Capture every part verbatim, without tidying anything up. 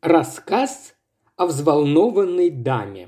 Рассказ о взволнованной даме.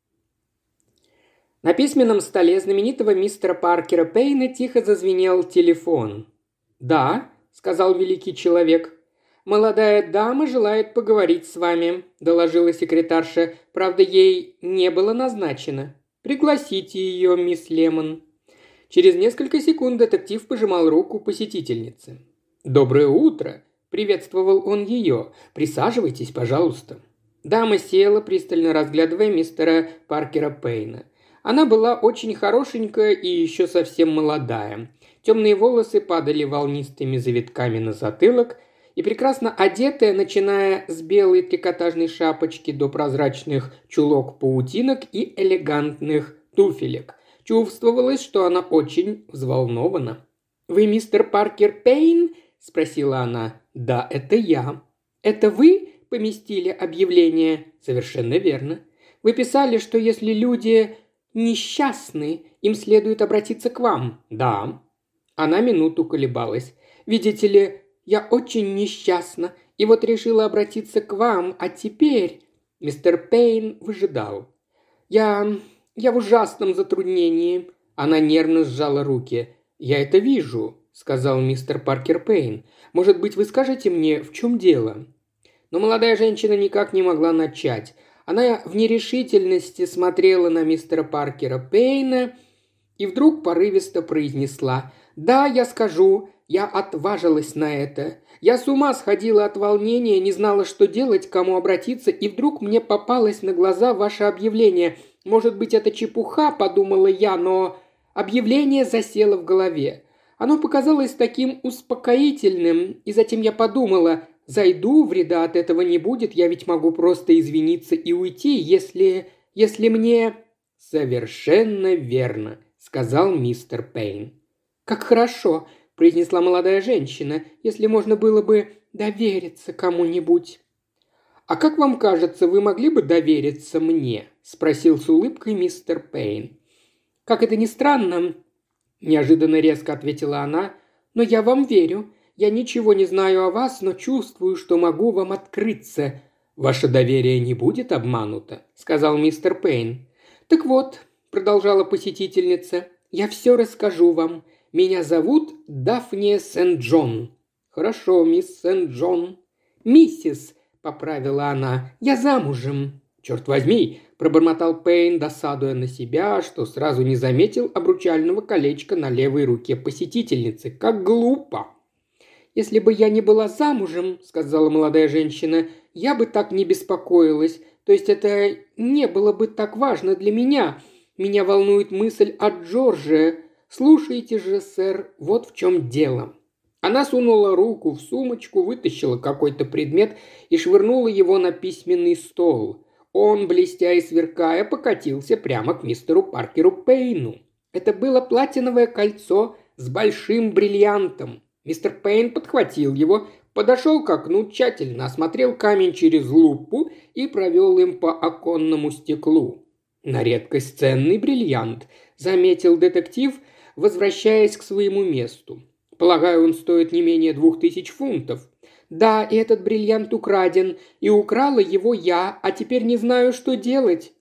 На письменном столе знаменитого мистера Паркера Пейна тихо зазвенел телефон. «Да», — сказал великий человек. «Молодая дама желает поговорить с вами», — доложила секретарша. «Правда, ей не было назначено. Пригласите ее, мисс Лемон». Через несколько секунд детектив пожимал руку посетительнице. «Доброе утро», — приветствовал он ее. «Присаживайтесь, пожалуйста». Дама села, пристально разглядывая мистера Паркера Пейна. Она была очень хорошенькая и еще совсем молодая. Темные волосы падали волнистыми завитками на затылок, и прекрасно одетая, начиная с белой трикотажной шапочки до прозрачных чулок-паутинок и элегантных туфелек, чувствовалось, что она очень взволнована. «Вы мистер Паркер Пейн?» – спросила она. «Да, это я». «Это вы поместили объявление?» «Совершенно верно. Вы писали, что если люди несчастны, им следует обратиться к вам». «Да». Она минуту колебалась. «Видите ли, я очень несчастна, и вот решила обратиться к вам, а теперь...» Мистер Пейн выжидал. «Я... я в ужасном затруднении». Она нервно сжала руки. «Я это вижу», — сказал мистер Паркер Пейн. «Может быть, вы скажете мне, в чем дело?» Но молодая женщина никак не могла начать. Она в нерешительности смотрела на мистера Паркера Пейна и вдруг порывисто произнесла: «Да, я скажу, я отважилась на это. Я с ума сходила от волнения, не знала, что делать, к кому обратиться, и вдруг мне попалось на глаза ваше объявление. Может быть, это чепуха, подумала я, но объявление засело в голове. Оно показалось таким успокоительным, и затем я подумала: зайду, вреда от этого не будет, я ведь могу просто извиниться и уйти, если... если мне...» «Совершенно верно», — сказал мистер Пейн. «Как хорошо», — произнесла молодая женщина, «если можно было бы довериться кому-нибудь». «А как вам кажется, вы могли бы довериться мне?» — спросил с улыбкой мистер Пейн. «Как это ни странно», – неожиданно резко ответила она, – «но я вам верю. Я ничего не знаю о вас, но чувствую, что могу вам открыться». «Ваше доверие не будет обмануто», – сказал мистер Пейн. «Так вот», – продолжала посетительница, – «я все расскажу вам. Меня зовут Дафния Сент-Джон». «Хорошо, мисс Сент-Джон». «Миссис», – поправила она, – «я замужем». «Черт возьми», – пробормотал Пейн, досадуя на себя, что сразу не заметил обручального колечка на левой руке посетительницы. «Как глупо!» «Если бы я не была замужем, – сказала молодая женщина, – я бы так не беспокоилась. То есть это не было бы так важно для меня. Меня волнует мысль о Джордже. Слушайте же, сэр, вот в чем дело». Она сунула руку в сумочку, вытащила какой-то предмет и швырнула его на письменный стол. Он, блестя и сверкая, покатился прямо к мистеру Паркеру Пейну. Это было платиновое кольцо с большим бриллиантом. Мистер Пейн подхватил его, подошел к окну, тщательно осмотрел камень через лупу и провел им по оконному стеклу. «На редкость ценный бриллиант», — заметил детектив, возвращаясь к своему месту. «Полагаю, он стоит не менее двух тысяч фунтов». «Да, и этот бриллиант украден, и украла его я, а теперь не знаю, что делать».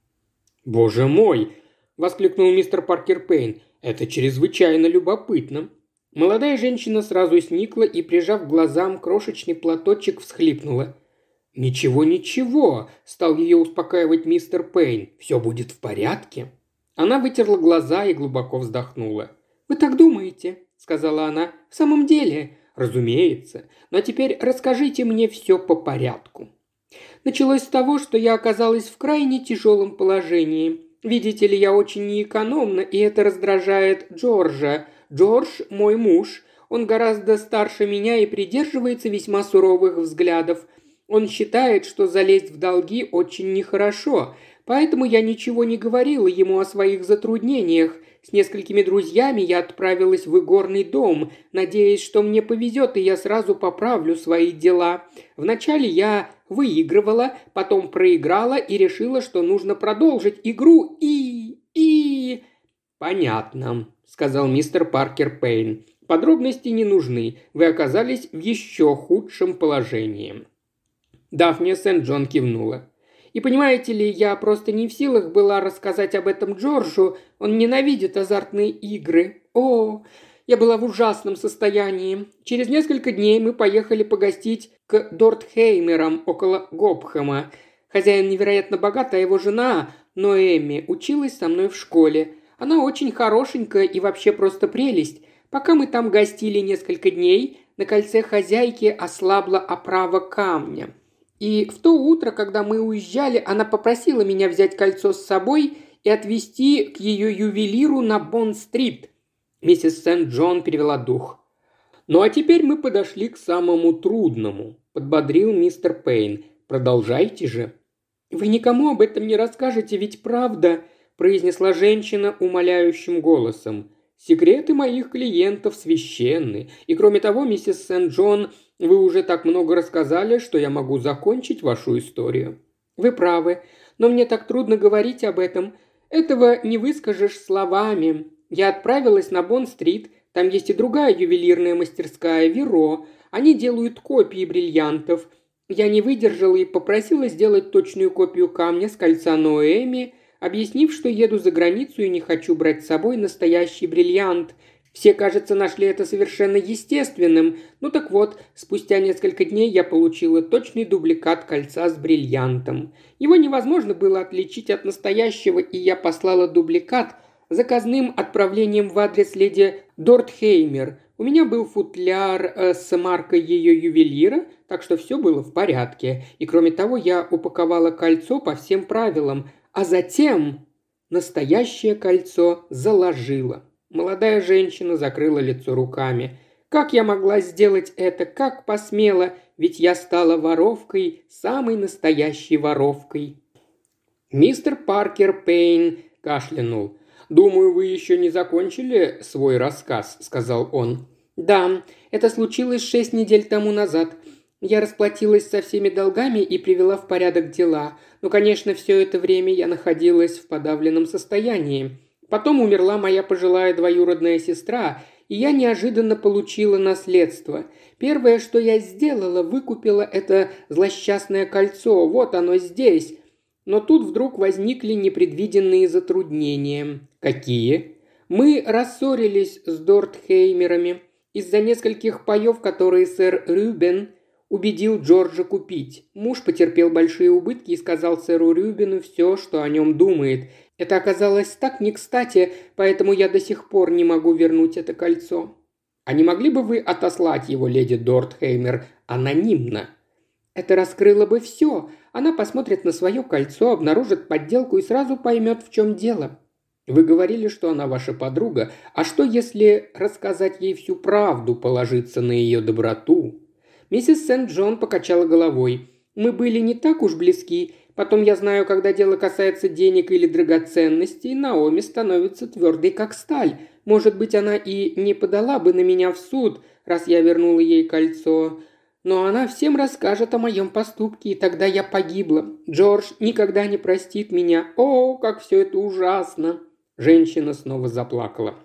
«Боже мой!» – воскликнул мистер Паркер Пейн. «Это чрезвычайно любопытно». Молодая женщина сразу сникла и, прижав к глазам крошечный платочек, всхлипнула. «Ничего, ничего», – стал ее успокаивать мистер Пейн. «Все будет в порядке». Она вытерла глаза и глубоко вздохнула. «Вы так думаете?» – сказала она. «В самом деле?» «Разумеется. Но теперь расскажите мне все по порядку». Началось с того, что я оказалась в крайне тяжелом положении. Видите ли, я очень неэкономна, и это раздражает Джорджа. Джордж – мой муж. Он гораздо старше меня и придерживается весьма суровых взглядов. Он считает, что залезть в долги очень нехорошо, поэтому я ничего не говорила ему о своих затруднениях. С несколькими друзьями я отправилась в игорный дом, надеясь, что мне повезет, и я сразу поправлю свои дела. Вначале я выигрывала, потом проиграла и решила, что нужно продолжить игру и... и... «Понятно», — сказал мистер Паркер Пейн. «Подробности не нужны. Вы оказались в еще худшем положении». Дафния Сент-Джон кивнула. «И понимаете ли, я просто не в силах была рассказать об этом Джорджу. Он ненавидит азартные игры. О, я была в ужасном состоянии. Через несколько дней мы поехали погостить к Дортхеймерам около Гобхэма. Хозяин невероятно богат, а его жена, Ноэми, училась со мной в школе. Она очень хорошенькая и вообще просто прелесть. Пока мы там гостили несколько дней, на кольце хозяйки ослабла оправа камня. И в то утро, когда мы уезжали, она попросила меня взять кольцо с собой и отвезти к ее ювелиру на Бонд-стрит». Миссис Сент-Джон перевела дух. «Ну а теперь мы подошли к самому трудному», – подбодрил мистер Пейн. «Продолжайте же». «Вы никому об этом не расскажете, ведь правда?» – произнесла женщина умоляющим голосом. «Секреты моих клиентов священны. И кроме того, миссис Сент-Джон, вы уже так много рассказали, что я могу закончить вашу историю». «Вы правы, но мне так трудно говорить об этом. Этого не выскажешь словами. Я отправилась на Бонд-стрит. Там есть и другая ювелирная мастерская, Веро. Они делают копии бриллиантов. Я не выдержала и попросила сделать точную копию камня с кольца Ноэми, объяснив, что еду за границу и не хочу брать с собой настоящий бриллиант. Все, кажется, нашли это совершенно естественным. Ну так вот, спустя несколько дней я получила точный дубликат кольца с бриллиантом. Его невозможно было отличить от настоящего, и я послала дубликат заказным отправлением в адрес леди Дортхеймер. У меня был футляр э, с маркой ее ювелира, так что все было в порядке. И кроме того, я упаковала кольцо по всем правилам, а затем настоящее кольцо заложила». Молодая женщина закрыла лицо руками. «Как я могла сделать это? Как посмела? Ведь я стала воровкой, самой настоящей воровкой». Мистер Паркер Пейн кашлянул. «Думаю, вы еще не закончили свой рассказ», – сказал он. «Да, это случилось шесть недель тому назад. Я расплатилась со всеми долгами и привела в порядок дела. Но, конечно, все это время я находилась в подавленном состоянии. Потом умерла моя пожилая двоюродная сестра, и я неожиданно получила наследство. Первое, что я сделала, выкупила это злосчастное кольцо. Вот оно здесь. Но тут вдруг возникли непредвиденные затруднения. Какие? Мы рассорились с Дортхеймерами из-за нескольких паев, которые сэр Рюбен убедил Джорджа купить. Муж потерпел большие убытки и сказал сэру Рюбену все, что о нем думает. Это оказалось так не кстати, поэтому я до сих пор не могу вернуть это кольцо. А не могли бы вы отослать его, леди Дортхеймер, анонимно? Это раскрыло бы все. Она посмотрит на свое кольцо, обнаружит подделку и сразу поймет, в чем дело. Вы говорили, что она ваша подруга. А что, если рассказать ей всю правду, положиться на ее доброту?» Миссис Сент-Джон покачала головой. «Мы были не так уж близки. Потом я знаю, когда дело касается денег или драгоценностей, Наоми становится твердой, как сталь. Может быть, она и не подала бы на меня в суд, раз я вернула ей кольцо. Но она всем расскажет о моем поступке, и тогда я погибла. Джордж никогда не простит меня. О, как все это ужасно!» Женщина снова заплакала.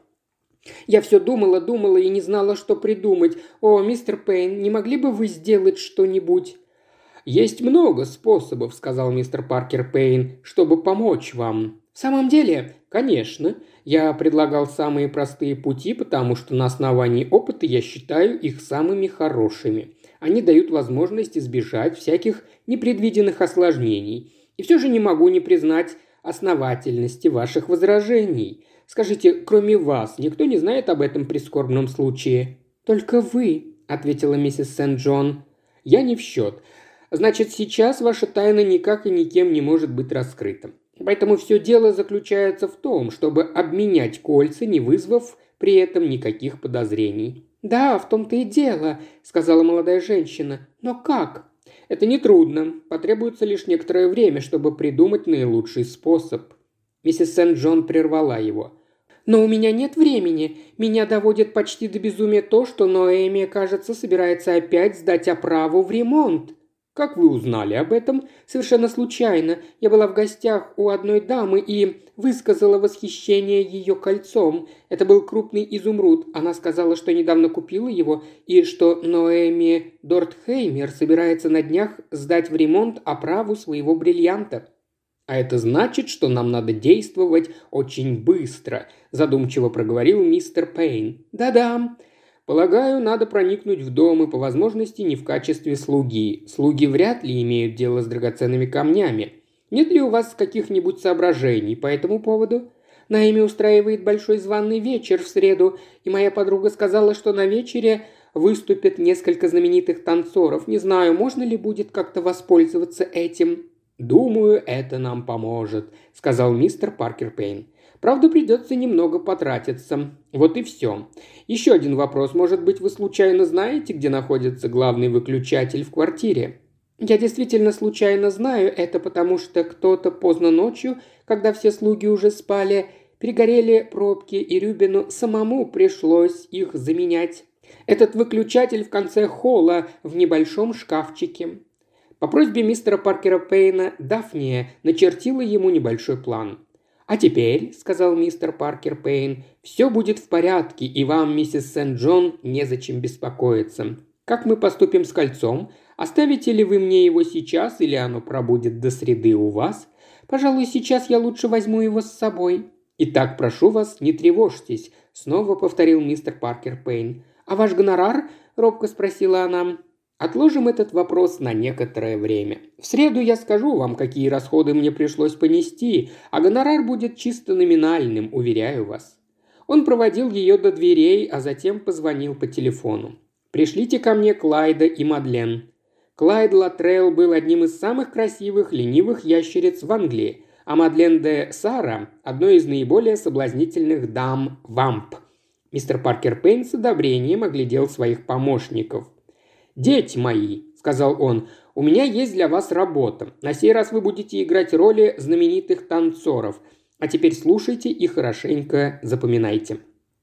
«Я все думала, думала и не знала, что придумать. О, мистер Пейн, не могли бы вы сделать что-нибудь?» «Есть много способов», – сказал мистер Паркер Пейн, – «чтобы помочь вам». «В самом деле?» «Конечно. Я предлагал самые простые пути, потому что на основании опыта я считаю их самыми хорошими. Они дают возможность избежать всяких непредвиденных осложнений. И все же не могу не признать основательности ваших возражений. Скажите, кроме вас, никто не знает об этом прискорбном случае?» «Только вы», – ответила миссис Сент-Джон. «Я не в счет. Значит, сейчас ваша тайна никак и никем не может быть раскрыта. Поэтому все дело заключается в том, чтобы обменять кольца, не вызвав при этом никаких подозрений». «Да, в том-то и дело», – сказала молодая женщина. «Но как?» «Это нетрудно. Потребуется лишь некоторое время, чтобы придумать наилучший способ». Миссис Сент-Джон прервала его. «Но у меня нет времени. Меня доводит почти до безумия то, что Ноэми, кажется, собирается опять сдать оправу в ремонт». «Как вы узнали об этом?» «Совершенно случайно. Я была в гостях у одной дамы и высказала восхищение ее кольцом. Это был крупный изумруд. Она сказала, что недавно купила его и что Ноэми Дортхеймер собирается на днях сдать в ремонт оправу своего бриллианта». «А это значит, что нам надо действовать очень быстро», – задумчиво проговорил мистер Пейн. «Да-да. Полагаю, надо проникнуть в дом и по возможности не в качестве слуги. Слуги вряд ли имеют дело с драгоценными камнями. Нет ли у вас каких-нибудь соображений по этому поводу? Наэми устраивает большой званый вечер в среду, и моя подруга сказала, что на вечере выступят несколько знаменитых танцоров. Не знаю, можно ли будет как-то воспользоваться этим». «Думаю, это нам поможет», – сказал мистер Паркер Пейн. «Правда, придется немного потратиться. Вот и все. Еще один вопрос. Может быть, вы случайно знаете, где находится главный выключатель в квартире?» «Я действительно случайно знаю это, потому что кто-то поздно ночью, когда все слуги уже спали, перегорели пробки, и Рюбину самому пришлось их заменять. Этот выключатель в конце холла в небольшом шкафчике». По просьбе мистера Паркера Пейна Дафния начертила ему небольшой план. «А теперь», – сказал мистер Паркер Пейн, – «все будет в порядке, и вам, миссис Сент-Джон, незачем беспокоиться. Как мы поступим с кольцом? Оставите ли вы мне его сейчас, или оно пробудет до среды у вас? Пожалуй, сейчас я лучше возьму его с собой». «Итак, прошу вас, не тревожьтесь», – снова повторил мистер Паркер Пейн. «А ваш гонорар?» – робко спросила она. «Отложим этот вопрос на некоторое время. В среду я скажу вам, какие расходы мне пришлось понести, а гонорар будет чисто номинальным, уверяю вас». Он проводил ее до дверей, а затем позвонил по телефону. «Пришлите ко мне Клайда и Мадлен». Клайд Латрелл был одним из самых красивых ленивых ящериц в Англии, а Мадлен де Сара – одной из наиболее соблазнительных дам вамп. Мистер Паркер Пейн с одобрением оглядел своих помощников. «Дети мои», – сказал он, – «у меня есть для вас работа. На сей раз вы будете играть роли знаменитых танцоров. А теперь слушайте и хорошенько запоминайте».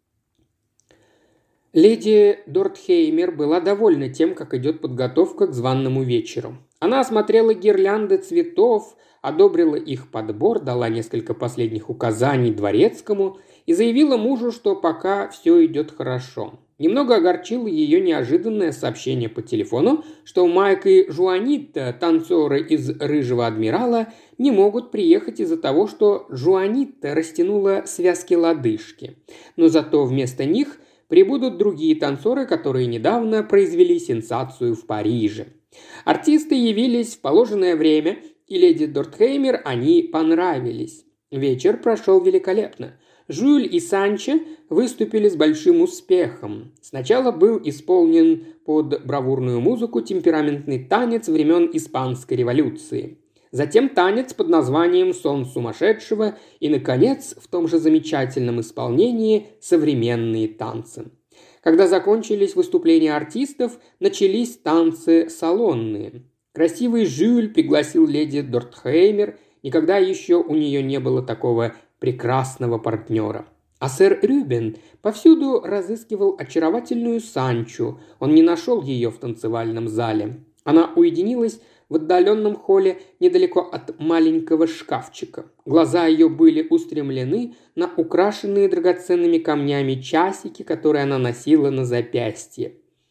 Леди Дортхеймер была довольна тем, как идет подготовка к званному вечеру. Она осмотрела гирлянды цветов, одобрила их подбор, дала несколько последних указаний дворецкому и заявила мужу, что пока все идет хорошо. Немного огорчило ее неожиданное сообщение по телефону, что Майк и Жуанитта, танцоры из «Рыжего адмирала», не могут приехать из-за того, что Жуанитта растянула связки лодыжки. Но зато вместо них прибудут другие танцоры, которые недавно произвели сенсацию в Париже. Артисты явились в положенное время, и леди Дортхеймер они понравились. Вечер прошел великолепно. Жюль и Санчо выступили с большим успехом. Сначала был исполнен под бравурную музыку темпераментный танец времен Испанской революции. Затем танец под названием «Сон сумасшедшего» и, наконец, в том же замечательном исполнении современные танцы. Когда закончились выступления артистов, начались танцы салонные. Красивый Жюль пригласил леди Дортхеймер, никогда еще у нее не было такого прекрасного партнера. А сэр Рюбен повсюду разыскивал очаровательную Санчу. Он не нашел ее в танцевальном зале. Она уединилась в отдаленном холле недалеко от маленького шкафчика. Глаза ее были устремлены на украшенные драгоценными камнями часики, которые она носила на запястье.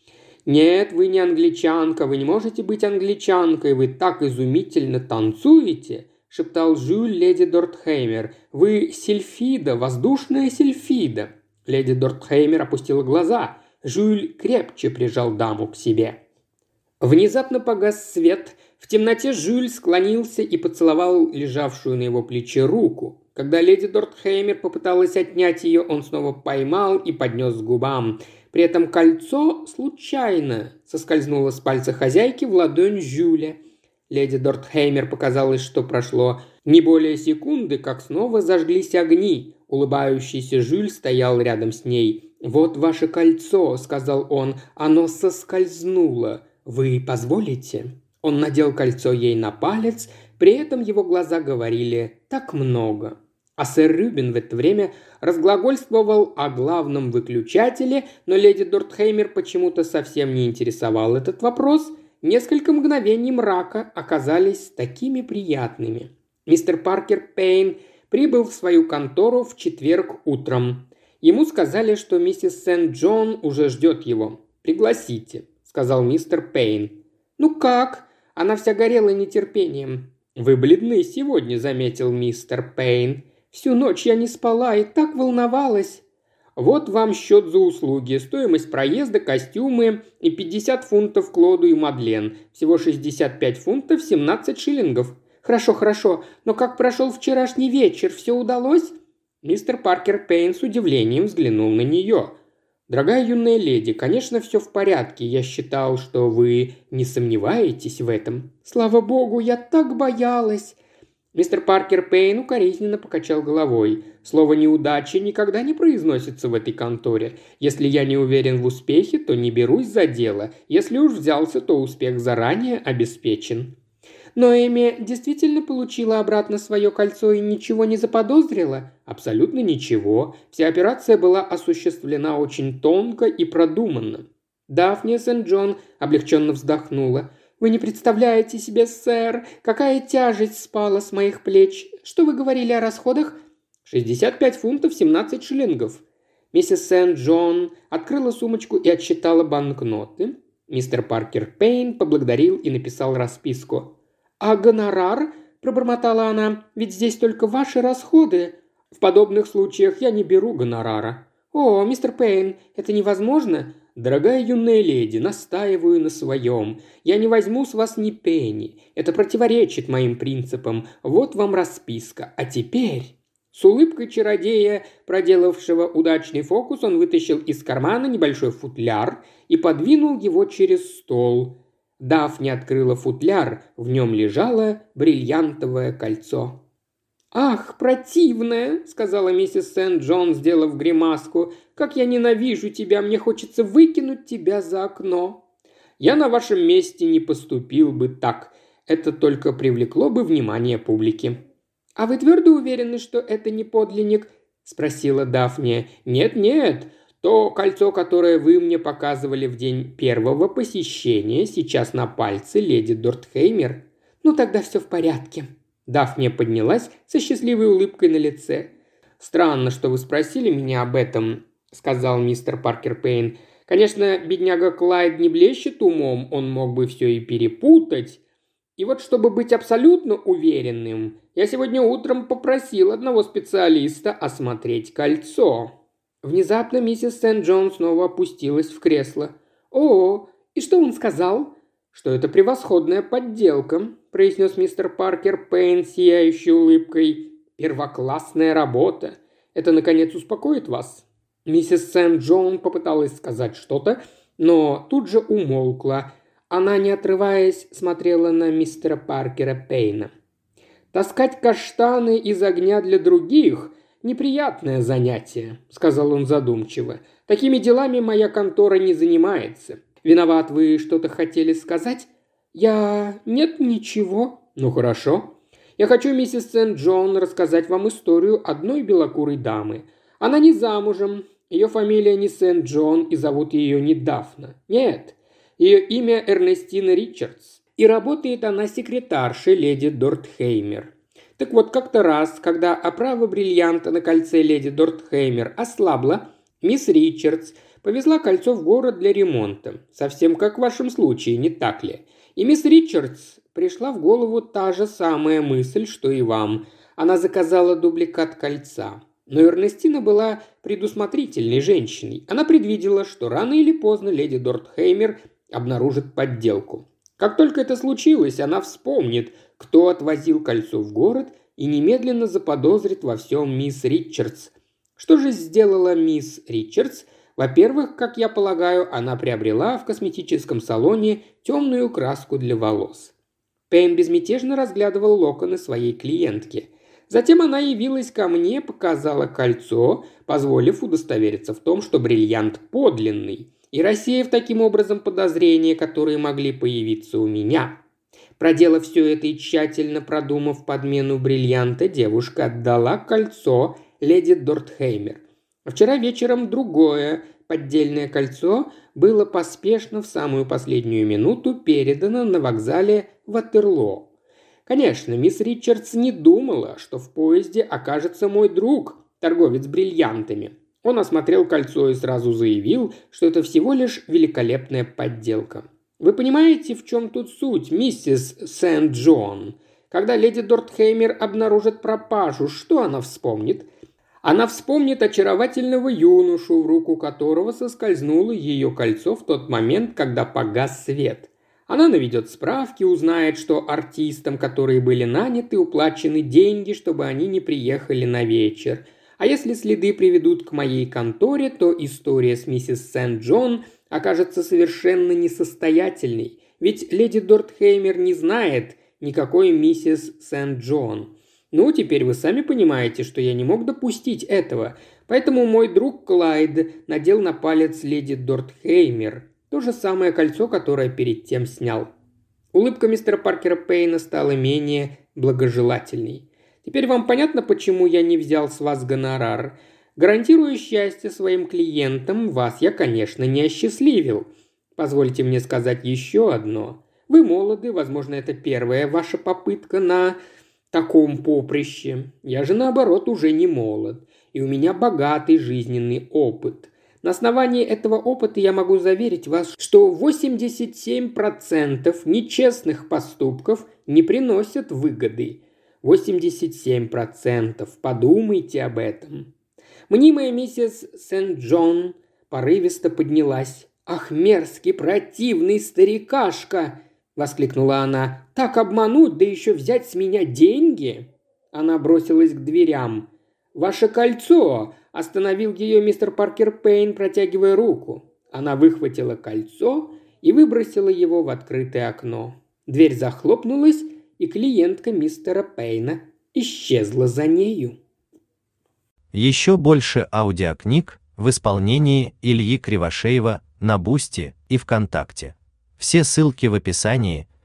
«Нет, вы не англичанка, вы не можете быть англичанкой, вы так изумительно танцуете», – шептал Жюль леди Дортхеймер. «Вы сильфида, воздушная сильфида». Леди Дортхеймер опустила глаза. Жюль крепче прижал даму к себе. Внезапно погас свет. В темноте Жюль склонился и поцеловал лежавшую на его плече руку. Когда леди Дортхеймер попыталась отнять ее, он снова поймал и поднес к губам. При этом кольцо случайно соскользнуло с пальца хозяйки в ладонь Жюля. Леди Дортхеймер показалось, что прошло не более секунды, как снова зажглись огни. Улыбающийся Жюль стоял рядом с ней. «Вот ваше кольцо», — сказал он, — «оно соскользнуло. Вы позволите?» Он надел кольцо ей на палец, при этом его глаза говорили так много. А сэр Рюбен в это время разглагольствовал о главном выключателе, но леди Дортхеймер почему-то совсем не интересовал этот вопрос. несколько мгновений мрака оказались такими приятными. Мистер Паркер Пейн прибыл в свою контору в четверг утром. Ему сказали, что миссис Сент-Джон уже ждет его. «Пригласите», – сказал мистер Пейн. «Ну как?» Она вся горела нетерпением. «Вы бледны сегодня», – заметил мистер Пейн. «Всю ночь я не спала и так волновалась». «Вот вам счет за услуги, стоимость проезда, костюмы и пятьдесят фунтов Клоду и Мадлен. Всего шестьдесят пять фунтов семнадцать шиллингов». «Хорошо, хорошо, но как прошел вчерашний вечер? Все удалось?» Мистер Паркер Пейн с удивлением взглянул на нее. «Дорогая юная леди, конечно, все в порядке. Я считал, что вы не сомневаетесь в этом». «Слава богу, я так боялась!» Мистер Паркер Пейн укоризненно покачал головой. «Слово «неудача» никогда не произносится в этой конторе. Если я не уверен в успехе, то не берусь за дело. Если уж взялся, то успех заранее обеспечен». «Но Эми действительно получила обратно свое кольцо и ничего не заподозрила?» «Абсолютно ничего. Вся операция была осуществлена очень тонко и продуманно». Дафния Сент-Джон облегченно вздохнула. «Вы не представляете себе, сэр, какая тяжесть спала с моих плеч. Что вы говорили о расходах?» «шестьдесят пять фунтов семнадцать шиллингов». Миссис Сент-Джон открыла сумочку и отсчитала банкноты. Мистер Паркер Пейн поблагодарил и написал расписку. «А гонорар?» – пробормотала она. «Ведь здесь только ваши расходы». «В подобных случаях я не беру гонорара». «О, мистер Пейн, это невозможно?» «Дорогая юная леди, настаиваю на своем. Я не возьму с вас ни пенни. Это противоречит моим принципам. Вот вам расписка. А теперь...» С улыбкой чародея, проделавшего удачный фокус, он вытащил из кармана небольшой футляр и подвинул его через стол. Дафни открыла футляр, в нем лежало бриллиантовое кольцо. «Ах, противная!» – сказала миссис Сент-Джон, сделав гримаску. «Как я ненавижу тебя! Мне хочется выкинуть тебя за окно!» «Я на вашем месте не поступил бы так. Это только привлекло бы внимание публики». «А вы твердо уверены, что это не подлинник?» – спросила Дафния. «Нет-нет, то кольцо, которое вы мне показывали в день первого посещения, сейчас на пальце леди Дортхеймер». «Ну тогда все в порядке». Дафния поднялась со счастливой улыбкой на лице. «Странно, что вы спросили меня об этом», – сказал мистер Паркер Пейн. «Конечно, бедняга Клайд не блещет умом, он мог бы все и перепутать. И вот, чтобы быть абсолютно уверенным, я сегодня утром попросил одного специалиста осмотреть кольцо». Внезапно миссис Сент-Джон снова опустилась в кресло. «О, и что он сказал?» «Что это превосходная подделка», – произнес мистер Паркер Пейн, сияющей улыбкой. «Первоклассная работа. Это, наконец, успокоит вас?» Миссис Сент-Джон попыталась сказать что-то, но тут же умолкла. Она, не отрываясь, смотрела на мистера Паркера Пейна. «Таскать каштаны из огня для других – неприятное занятие», – сказал он задумчиво. «Такими делами моя контора не занимается. Виноват, вы что-то хотели сказать?» «Я... Нет, ничего». «Ну, хорошо. Я хочу, миссис Сент-Джон, рассказать вам историю одной белокурой дамы. Она не замужем, ее фамилия не Сент-Джон и зовут ее не Дафна. Нет, ее имя Эрнестина Ричардс. И работает она секретаршей леди Дортхеймер. Так вот, как-то раз, когда оправа бриллианта на кольце леди Дортхеймер ослабла, мисс Ричардс повезла кольцо в город для ремонта. Совсем как в вашем случае, не так ли? И мисс Ричардс пришла в голову та же самая мысль, что и вам. Она заказала дубликат кольца. Но Эрнестина была предусмотрительной женщиной. Она предвидела, что рано или поздно леди Дортхеймер обнаружит подделку. Как только это случилось, она вспомнит, кто отвозил кольцо в город, и немедленно заподозрит во всем мисс Ричардс. Что же сделала мисс Ричардс? Во-первых, как я полагаю, она приобрела в косметическом салоне темную краску для волос. Пейн безмятежно разглядывал локоны своей клиентки. Затем она явилась ко мне, показала кольцо, позволив удостовериться в том, что бриллиант подлинный, и рассеяв таким образом подозрения, которые могли появиться у меня. Проделав все это и тщательно продумав подмену бриллианта, девушка отдала кольцо леди Дортхеймер. Вчера вечером другое поддельное кольцо было поспешно в самую последнюю минуту передано на вокзале Ватерлоо. Конечно, мисс Ричардс не думала, что в поезде окажется мой друг, торговец бриллиантами. Он осмотрел кольцо и сразу заявил, что это всего лишь великолепная подделка. Вы понимаете, в чем тут суть, миссис Сент-Джон? Когда леди Дортхеймер обнаружит пропажу, что она вспомнит? Она вспомнит очаровательного юношу, в руку которого соскользнуло ее кольцо в тот момент, когда погас свет. Она наведет справки, узнает, что артистам, которые были наняты, уплачены деньги, чтобы они не приехали на вечер. А если следы приведут к моей конторе, то история с миссис Сент-Джон окажется совершенно несостоятельной. Ведь леди Дортхеймер не знает никакой миссис Сент-Джон. Ну, теперь вы сами понимаете, что я не мог допустить этого. Поэтому мой друг Клайд надел на палец леди Дортхеймер то же самое кольцо, которое перед тем снял. Улыбка мистера Паркера Пейна стала менее благожелательной. Теперь вам понятно, почему я не взял с вас гонорар? Гарантируя счастье своим клиентам, вас я, конечно, не осчастливил. Позвольте мне сказать еще одно. Вы молоды, возможно, это первая ваша попытка на таком поприще. Я же, наоборот, уже не молод, и у меня богатый жизненный опыт. На основании этого опыта я могу заверить вас, что восемьдесят семь процентов нечестных поступков не приносят выгоды. восемьдесят семь процентов. Подумайте об этом. Мнимая миссис Сент-Джон порывисто поднялась. «Ах, мерзкий, противный старикашка!» – воскликнула она. «Так обмануть, да еще взять с меня деньги!» Она бросилась к дверям. «Ваше кольцо!» – остановил ее мистер Паркер Пейн, протягивая руку. Она выхватила кольцо и выбросила его в открытое окно. Дверь захлопнулась, и клиентка мистера Пейна исчезла за нею. Еще больше аудиокниг в исполнении Ильи Кривошеева на Бусти и ВКонтакте. Все ссылки в описании.